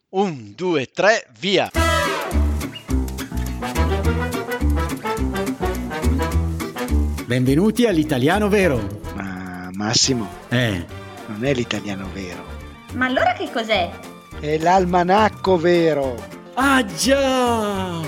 1, 2, 3, via! Benvenuti all'Italiano Vero. Ma Massimo, non è l'italiano vero, Ma allora che cos'è? è l'almanacco vero. Ah già!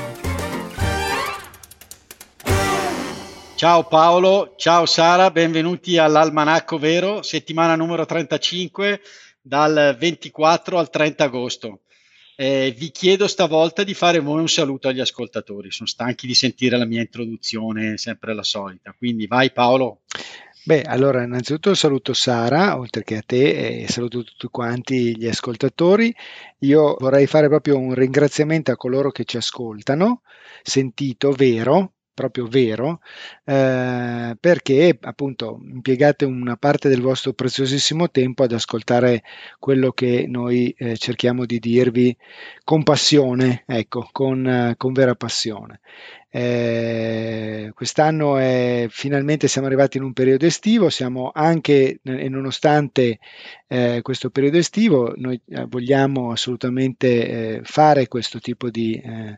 Ciao Paolo, ciao Sara, benvenuti all'Almanacco Vero, settimana numero 35 dal 24 al 30 agosto. Vi chiedo stavolta di fare voi un saluto agli ascoltatori, sono stanchi di sentire la mia introduzione, sempre la solita, quindi vai Paolo. Beh, allora innanzitutto saluto Sara, oltre che a te, e saluto tutti quanti gli ascoltatori. Io vorrei fare proprio un ringraziamento a coloro che ci ascoltano, sentito, vero, proprio vero, perché appunto impiegate una parte del vostro preziosissimo tempo ad ascoltare quello che noi cerchiamo di dirvi con passione, ecco, con vera passione. Quest'anno finalmente siamo arrivati in un periodo estivo, siamo anche, e nonostante questo periodo estivo, noi vogliamo assolutamente fare questo tipo di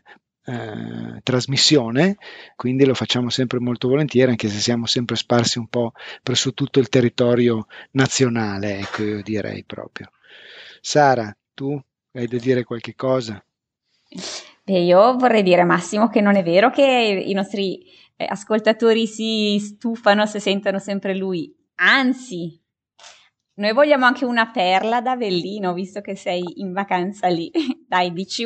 trasmissione, quindi lo facciamo sempre molto volentieri, anche se siamo sempre sparsi un po' presso tutto il territorio nazionale, ecco, io direi proprio. Sara, tu hai da dire qualche cosa? Beh, io vorrei dire, Massimo, che non è vero che i nostri ascoltatori si stufano se sentono sempre lui. Anzi, noi vogliamo anche una perla da Avellino, visto che sei in vacanza lì. Dai, dici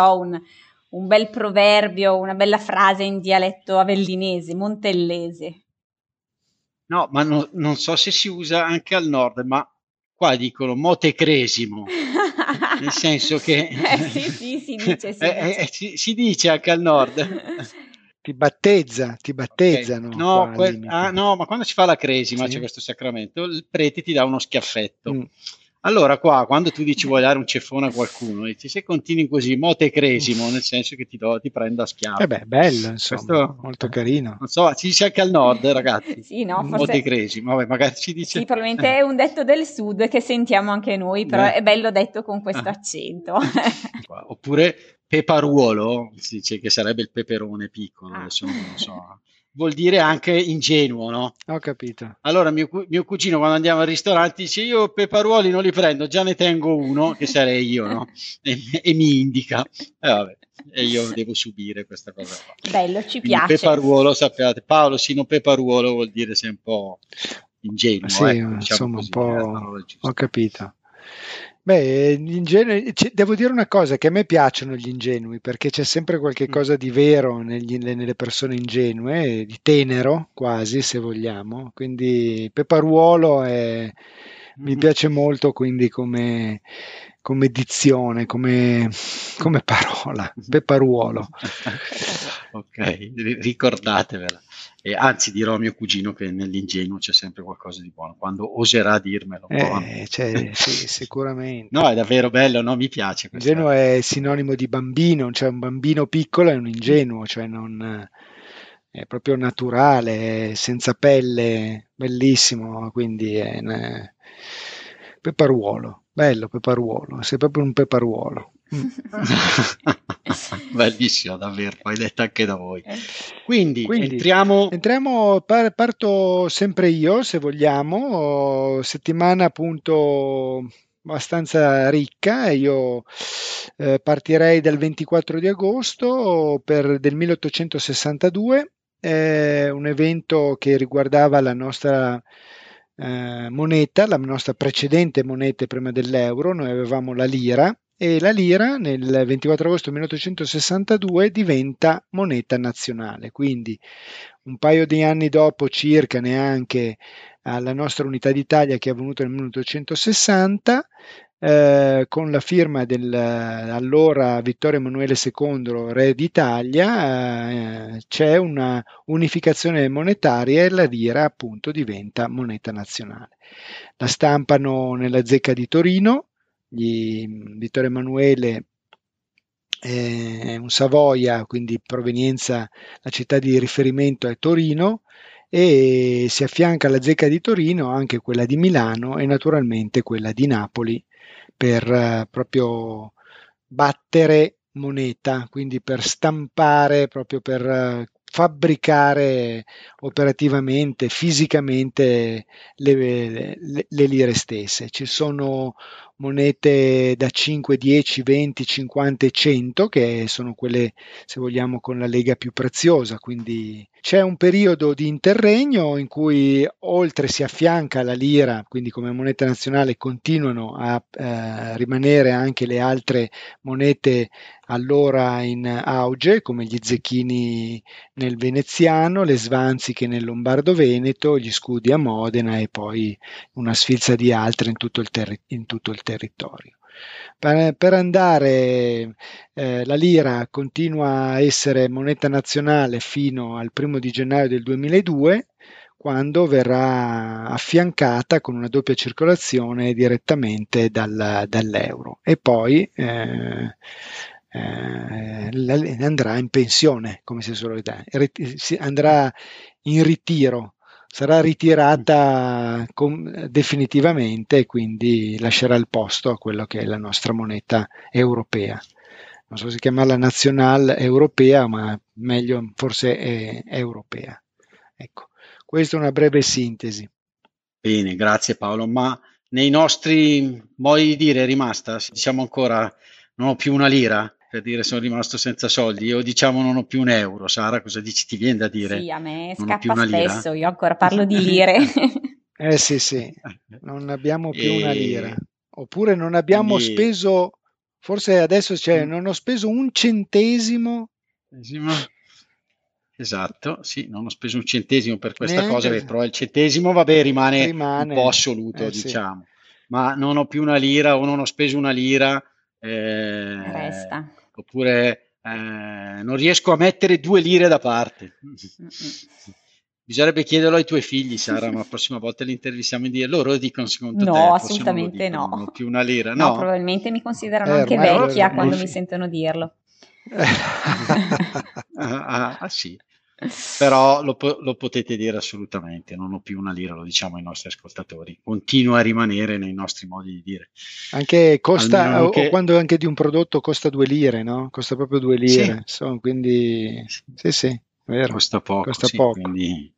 un bel proverbio, una bella frase in dialetto avellinese, montellese. No, ma non so se si usa anche al nord, ma qua dicono motecresimo, nel senso che Sì, si dice, si dice. si dice anche al nord. Ti Ok. battezzano No, qua al limite. no, ma quando si fa la cresima, c'è Sì? questo sacramento, il prete ti dà uno schiaffetto. Mm. Allora qua, quando tu dici vuoi dare un ceffone a qualcuno, dici se continui così, mote cresimo, nel senso che ti prendo a Eh schiaffi. beh, bello, insomma, Questo, molto carino. non so, si dice anche al nord, ragazzi. Sì, no, Mote forse cresimo, vabbè, magari si sì, dice... probabilmente è un detto del sud che sentiamo anche noi, però eh. è bello detto con questo accento. Oppure peparuolo, si dice che sarebbe il peperone piccolo, Ah. adesso non lo so. Vuol dire anche ingenuo, no? Ho capito. Allora mio cugino quando andiamo al ristorante dice io peparuoli non li prendo, già ne tengo uno, che sarei io, no? E mi indica. Vabbè, e io devo subire questa cosa qua. Bello, ci Quindi piace. peparuolo, sappiate, Paolo, sino peparuolo vuol dire sei un po' ingenuo, Sì, ecco, diciamo insomma, un così, è la po'. parola Ho giusta. capito. Beh, in genere, devo dire una cosa, che a me piacciono gli ingenui, perché c'è sempre qualche Mm. cosa di vero nelle persone ingenue, di tenero quasi, se vogliamo. Quindi Peparuolo mi piace molto, quindi come dizione, come parola. Peparuolo. Ok, ricordatevela. E anzi, dirò a mio cugino che nell'ingenuo c'è sempre qualcosa di buono, quando oserà dirmelo. Sì, sicuramente. No, è davvero bello, no? Mi piace Ingenuo questa. è sinonimo di bambino, cioè un bambino piccolo è un ingenuo, cioè non, è proprio naturale, è senza pelle, bellissimo, quindi è peparuolo, bello peparuolo, sei proprio un peparuolo. Mm. Bellissimo, davvero, poi detto anche da voi. Quindi Quindi entriamo. parto sempre io, se vogliamo, settimana appunto abbastanza ricca. Io partirei dal 24 di agosto del 1862, un evento che riguardava la nostra moneta, la nostra precedente moneta prima dell'euro. Noi avevamo la lira, e la lira nel 24 agosto 1862 diventa moneta nazionale, quindi un paio di anni dopo circa, neanche, alla nostra unità d'Italia che è avvenuta nel 1860, con la firma dell'allora Vittorio Emanuele II, re d'Italia, c'è una unificazione monetaria e la lira appunto diventa moneta nazionale. La stampano nella zecca di Torino. Vittorio Emanuele è un Savoia, quindi provenienza, la città di riferimento è Torino, e si affianca alla zecca di Torino anche quella di Milano e naturalmente quella di Napoli per proprio battere moneta, quindi per stampare, proprio per fabbricare operativamente, fisicamente le lire stesse. Ci sono monete da 5, 10, 20, 50 e 100 che sono quelle, se vogliamo, con la lega più preziosa, quindi c'è un periodo di interregno in cui oltre si affianca la lira, quindi come moneta nazionale continuano a rimanere anche le altre monete allora in auge, come gli zecchini nel veneziano, le svanziche nel lombardo-veneto, gli scudi a Modena e poi una sfilza di altre in tutto il territorio. Per andare, la lira continua a essere moneta nazionale fino al 1° gennaio del 2002, quando verrà affiancata con una doppia circolazione direttamente dall'euro e poi andrà in pensione, come si suol dire, andrà in ritiro, sarà ritirata definitivamente e quindi lascerà il posto a quello che è la nostra moneta europea. Non so se chiamarla nazionale europea, ma meglio forse è europea. Ecco, questa è una breve sintesi. Bene, grazie Paolo, ma nei nostri modi di dire è rimasta, diciamo ancora non ho più una lira, per dire sono rimasto senza soldi, o diciamo non ho più un euro. Sara, cosa dici? Ti viene da dire Sì, a me non ho più scappa una lira? spesso, io ancora parlo di lire. Sì, non abbiamo più una lira. E Oppure non abbiamo quindi speso, forse adesso c'è, mm, non ho speso un centesimo, esatto, sì, non ho speso un centesimo per questa cosa, neanche, però il centesimo, vabbè, rimane un po' rimane, assoluto, sì, diciamo, ma non ho più una lira o non ho speso una lira, Resta. oppure non riesco a mettere 2 lire da parte. Mm-mm. Bisognerebbe chiederlo ai tuoi figli, Sara, ma la prossima volta li intervistiamo e dire loro dicono secondo No, te, forse non lo assolutamente dicono, no. non ho più una lira, No, no? probabilmente mi considerano anche ormai Però vecchia nei quando mi sentono dirlo. sì, però lo potete dire assolutamente, non ho più una lira, lo diciamo ai nostri ascoltatori, continua a rimanere nei nostri modi di dire, Anche almeno costa, non o che... quando anche di un prodotto costa 2 lire, no? Costa proprio 2 lire, Sì, quindi sì, vero, costa poco, costa sì, poco. quindi...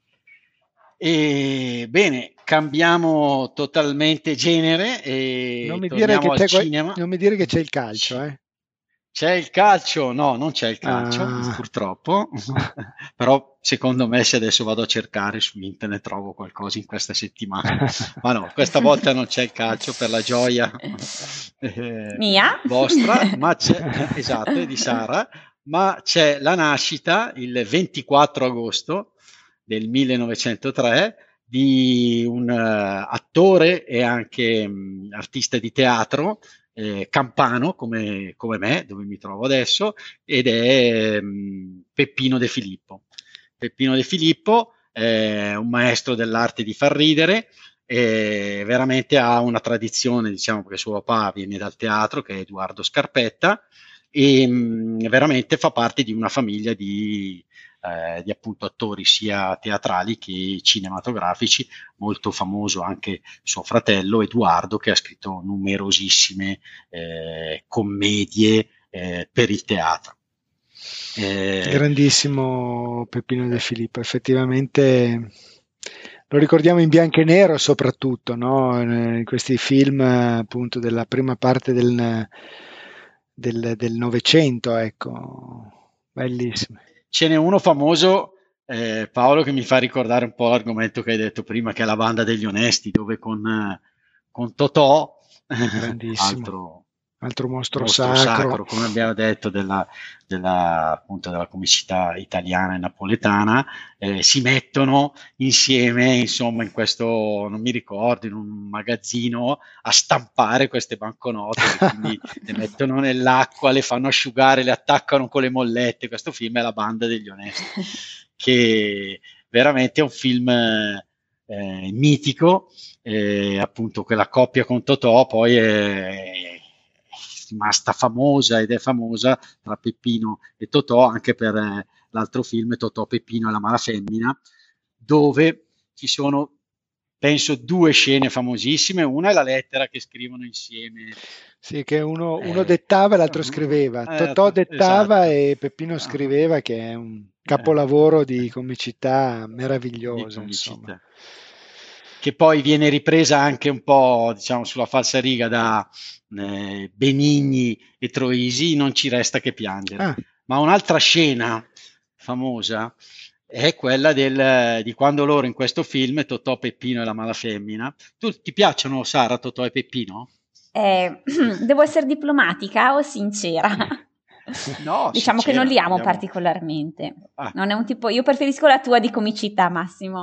E bene, cambiamo totalmente genere Non e mi dire che torniamo al c'è, cinema. non mi dire che c'è il calcio, C- C'è il calcio? No, non c'è il calcio, Ah. purtroppo, però secondo me se adesso vado a cercare su internet trovo qualcosa in questa settimana. Ma no, questa volta non c'è il calcio per la gioia Mia? vostra, ma c'è, esatto, è di Sara, ma c'è la nascita il 24 agosto del 1903 di un attore e anche artista di teatro campano come me, dove mi trovo adesso, ed è Peppino De Filippo. Peppino De Filippo è un maestro dell'arte di far ridere, e veramente ha una tradizione, diciamo, perché suo papà viene dal teatro, che è Edoardo Scarpetta, e veramente fa parte di una famiglia di appunto attori sia teatrali che cinematografici, molto famoso anche suo fratello Edoardo, che ha scritto numerosissime commedie per il teatro. Grandissimo Peppino De Filippo, effettivamente lo ricordiamo in bianco e nero soprattutto, no? In questi film appunto della prima parte del Novecento, ecco, bellissimo. Ce n'è uno famoso, Paolo, che mi fa ricordare un po' l'argomento che hai detto prima, che è la banda degli onesti, dove con Totò, Grandissimo, altro altro mostro mostro sacro. sacro, come abbiamo detto, appunto, della comicità italiana e napoletana, si mettono insieme, insomma, in questo, non mi ricordo, in un magazzino a stampare queste banconote, che quindi le mettono nell'acqua, le fanno asciugare, le attaccano con le mollette. Questo film è La banda degli onesti, che veramente è un film mitico, appunto quella coppia con Totò poi è rimasta famosa ed è famosa tra Peppino e Totò anche per l'altro film Totò, Peppino e la mala femmina, dove ci sono penso, due scene famosissime. Una è la lettera che scrivono insieme. Sì, che uno dettava e l'altro scriveva. Totò dettava, esatto. e Peppino scriveva, che è un capolavoro di comicità meravigliosa, insomma. Che poi viene ripresa anche un po', diciamo, sulla falsariga da Benigni e Troisi, Non ci resta che piangere. Ma un'altra scena famosa è quella di quando loro in questo film, Totò, Peppino e la Malafemmina. Ti piacciono, Sara, Totò e Peppino? Devo essere diplomatica o sincera? No, diciamo sincera, che non li amo andiamo. particolarmente. Non è un tipo, io preferisco la tua di comicità, Massimo.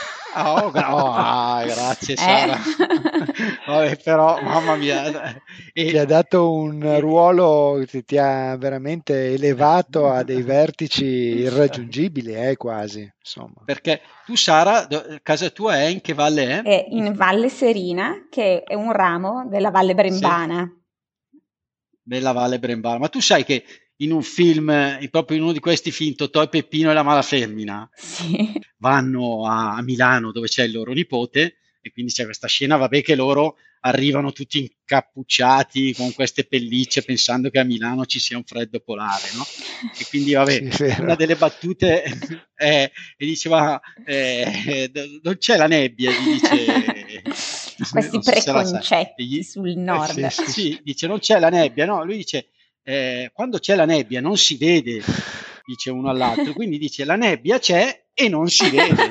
Grazie Sara. Vabbè, però mamma mia, ti ha dato un ruolo che ti ha veramente elevato a dei vertici irraggiungibili, quasi, insomma. Perché tu, Sara, casa tua è in che valle è? È in Valle Serina, che è un ramo della Valle Brembana. Sì. Della Valle Brembana. Ma tu sai che in un film, proprio in uno di questi film, Totò e Peppino e la Malafemmina, sì, vanno a Milano dove c'è il loro nipote, e quindi c'è questa scena, vabbè, che loro arrivano tutti incappucciati con queste pellicce pensando che a Milano ci sia un freddo polare, no? E quindi, vabbè, sì, una delle battute è, e diceva, non c'è la nebbia, gli dice... Questi preconcetti sul nord. Sì, dice, non c'è la nebbia, no? Lui dice, quando c'è la nebbia non si vede, dice uno all'altro, quindi dice, la nebbia c'è e non si vede.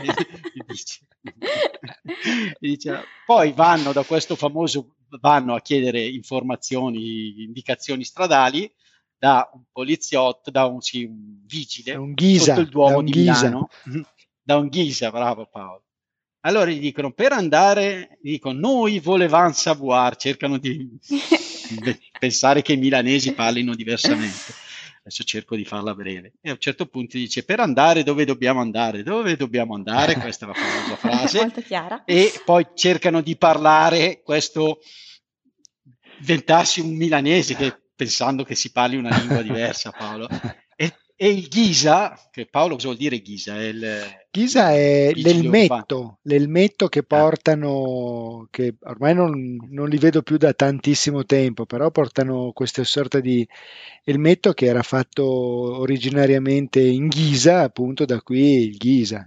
dice, poi vanno da questo famoso, vanno a chiedere informazioni, indicazioni stradali da un poliziotto, da un vigile, un ghisa, sotto il Duomo di Milano, da un ghisa, bravo Paolo. Allora gli dicono, per andare, gli dicono, noi volevamo savoir, cercano di pensare che i milanesi parlino diversamente. Adesso cerco di farla breve. E a un certo punto dice, per andare dove dobbiamo andare? Dove dobbiamo andare? Questa è la famosa frase. Molto chiara. E poi cercano di parlare questo, diventarsi un milanese, che pensando che si parli una lingua diversa, Paolo. E il ghisa, che Paolo cosa vuol dire ghisa? Ghisa è l'elmetto che portano, che ormai non li vedo più da tantissimo tempo, però portano questa sorta di elmetto che era fatto originariamente in ghisa, appunto, da qui il ghisa.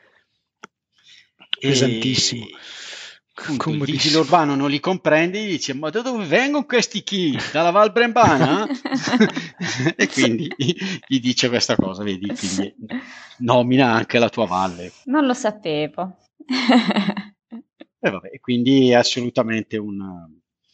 Pesantissimo. Il vigile urbano non li comprende e dice, ma da dove vengono questi chi? Dalla Val Brembana? E quindi gli dice questa cosa, vedi, quindi nomina anche la tua valle. Non lo sapevo. E vabbè, quindi è assolutamente un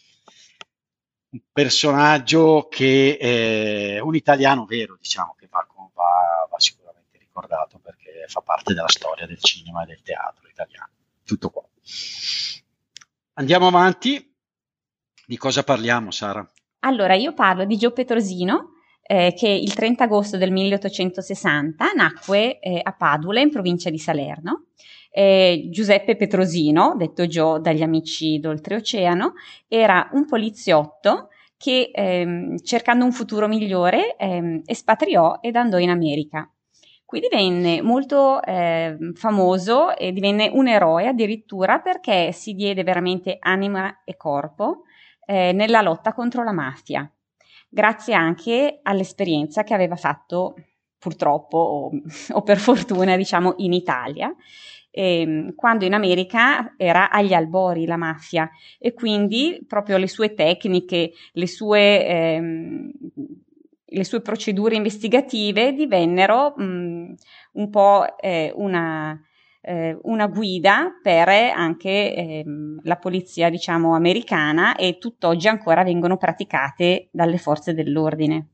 personaggio che è un italiano vero, diciamo, che va sicuramente ricordato, perché fa parte della storia del cinema e del teatro italiano. Tutto qua. Andiamo avanti. Di cosa parliamo, Sara? Allora, io parlo di Gio Petrosino, che il 30 agosto del 1860 nacque a Padula, in provincia di Salerno. Giuseppe Petrosino, detto Gio dagli amici d'oltreoceano, era un poliziotto che, cercando un futuro migliore, espatriò ed andò in America. Qui divenne molto famoso e divenne un eroe addirittura, perché si diede veramente anima e corpo nella lotta contro la mafia, grazie anche all'esperienza che aveva fatto, purtroppo o per fortuna, diciamo, in Italia, quando in America era agli albori la mafia, e quindi proprio le sue tecniche, le sue procedure investigative divennero un po' una guida per anche la polizia, diciamo, americana, e tutt'oggi ancora vengono praticate dalle forze dell'ordine.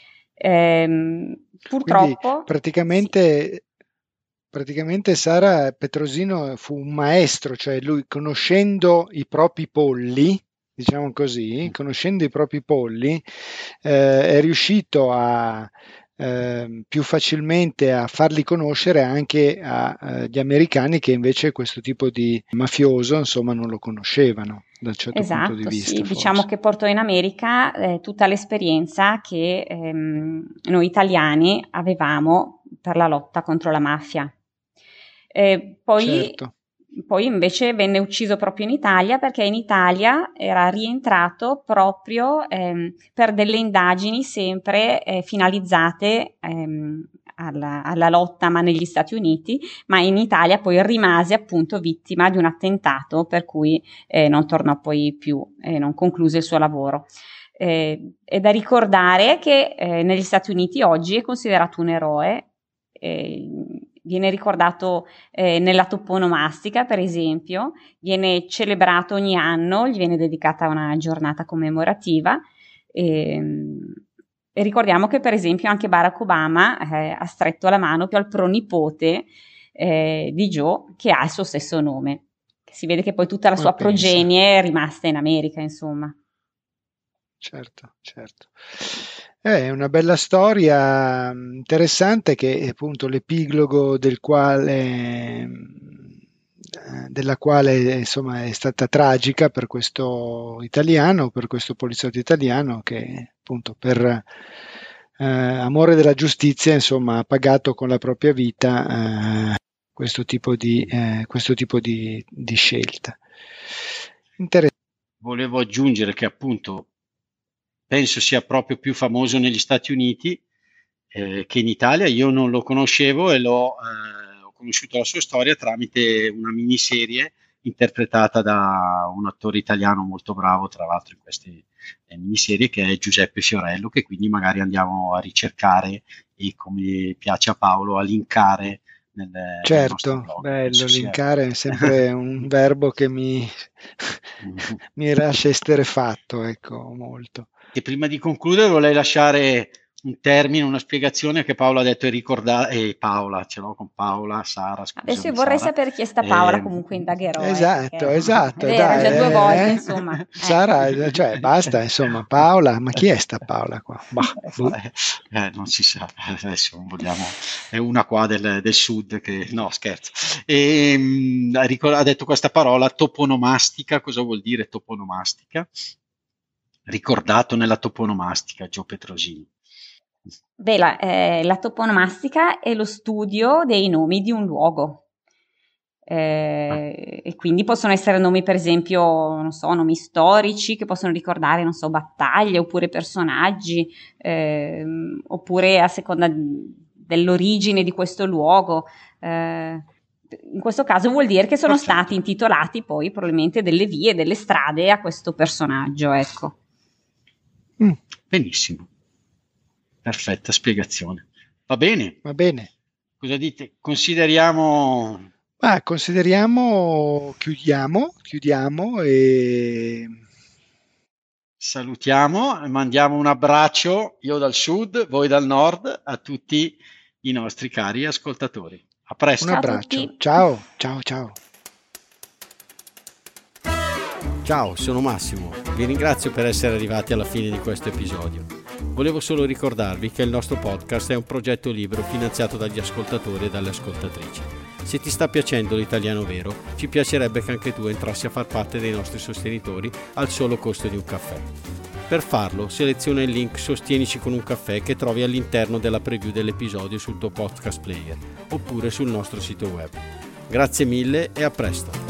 Purtroppo... Quindi praticamente Sara, Petrosino fu un maestro, cioè lui, conoscendo i propri polli, diciamo così, conoscendo i propri polli, è riuscito più facilmente a farli conoscere anche agli americani, che invece questo tipo di mafioso, insomma, non lo conoscevano da un certo punto di vista. Sì, diciamo che portò in America tutta l'esperienza che noi italiani avevamo per la lotta contro la mafia. Poi certo. poi invece venne ucciso proprio in Italia, perché in Italia era rientrato proprio per delle indagini sempre finalizzate alla lotta, ma negli Stati Uniti, ma in Italia poi rimase appunto vittima di un attentato, per cui non tornò poi più, non concluse il suo lavoro. È da ricordare che negli Stati Uniti oggi è considerato un eroe, viene ricordato nella toponomastica, per esempio, viene celebrato ogni anno, gli viene dedicata una giornata commemorativa. E ricordiamo che per esempio anche Barack Obama ha stretto la mano più al pronipote di Joe, che ha il suo stesso nome. Si vede che poi tutta la sua progenie è rimasta in America, insomma. Certo. È una bella storia interessante, che appunto l'epilogo della quale insomma è stata tragica per questo italiano, per questo poliziotto italiano, che appunto per amore della giustizia insomma ha pagato con la propria vita questo tipo di scelta. Volevo aggiungere che appunto penso sia proprio più famoso negli Stati Uniti che in Italia. Io non lo conoscevo e ho conosciuto la sua storia tramite una miniserie interpretata da un attore italiano molto bravo, tra l'altro, in queste miniserie, che è Giuseppe Fiorello, che quindi magari andiamo a ricercare e, come piace a Paolo, a linkare nel nostro blog. Bello, linkare è sempre un verbo che mi lascia esterrefatto, ecco, molto. E prima di concludere vorrei lasciare un termine, una spiegazione che Paola ha detto e Paola, ce l'ho con Paola, Sara, scusami, adesso io vorrei sapere chi è sta Paola, comunque indagherò. Esatto, è vero, dai, già 2 volte, insomma. Sara, cioè basta, insomma, Paola, ma chi è sta Paola qua? Non si sa, adesso non vogliamo, è una qua del sud che, no, scherzo. Ha detto questa parola toponomastica. Cosa vuol dire toponomastica? Ricordato nella toponomastica, Gio Petrosini. Beh, la toponomastica è lo studio dei nomi di un luogo. E quindi possono essere nomi, per esempio, non so, nomi storici che possono ricordare, non so, battaglie oppure personaggi, oppure a seconda dell'origine di questo luogo. In questo caso vuol dire che sono stati intitolati poi probabilmente delle vie, delle strade a questo personaggio, ecco. Benissimo, perfetta spiegazione. Va bene. Cosa dite? Consideriamo, chiudiamo e salutiamo e mandiamo un abbraccio, io dal sud, voi dal nord, a tutti i nostri cari ascoltatori. A presto. Un abbraccio. Ciao. Ciao, sono Massimo. Vi ringrazio per essere arrivati alla fine di questo episodio. Volevo solo ricordarvi che il nostro podcast è un progetto libero finanziato dagli ascoltatori e dalle ascoltatrici. Se ti sta piacendo l'italiano vero, ci piacerebbe che anche tu entrassi a far parte dei nostri sostenitori al solo costo di un caffè. Per farlo, seleziona il link Sostienici con un caffè che trovi all'interno della preview dell'episodio sul tuo podcast player oppure sul nostro sito web. Grazie mille e a presto!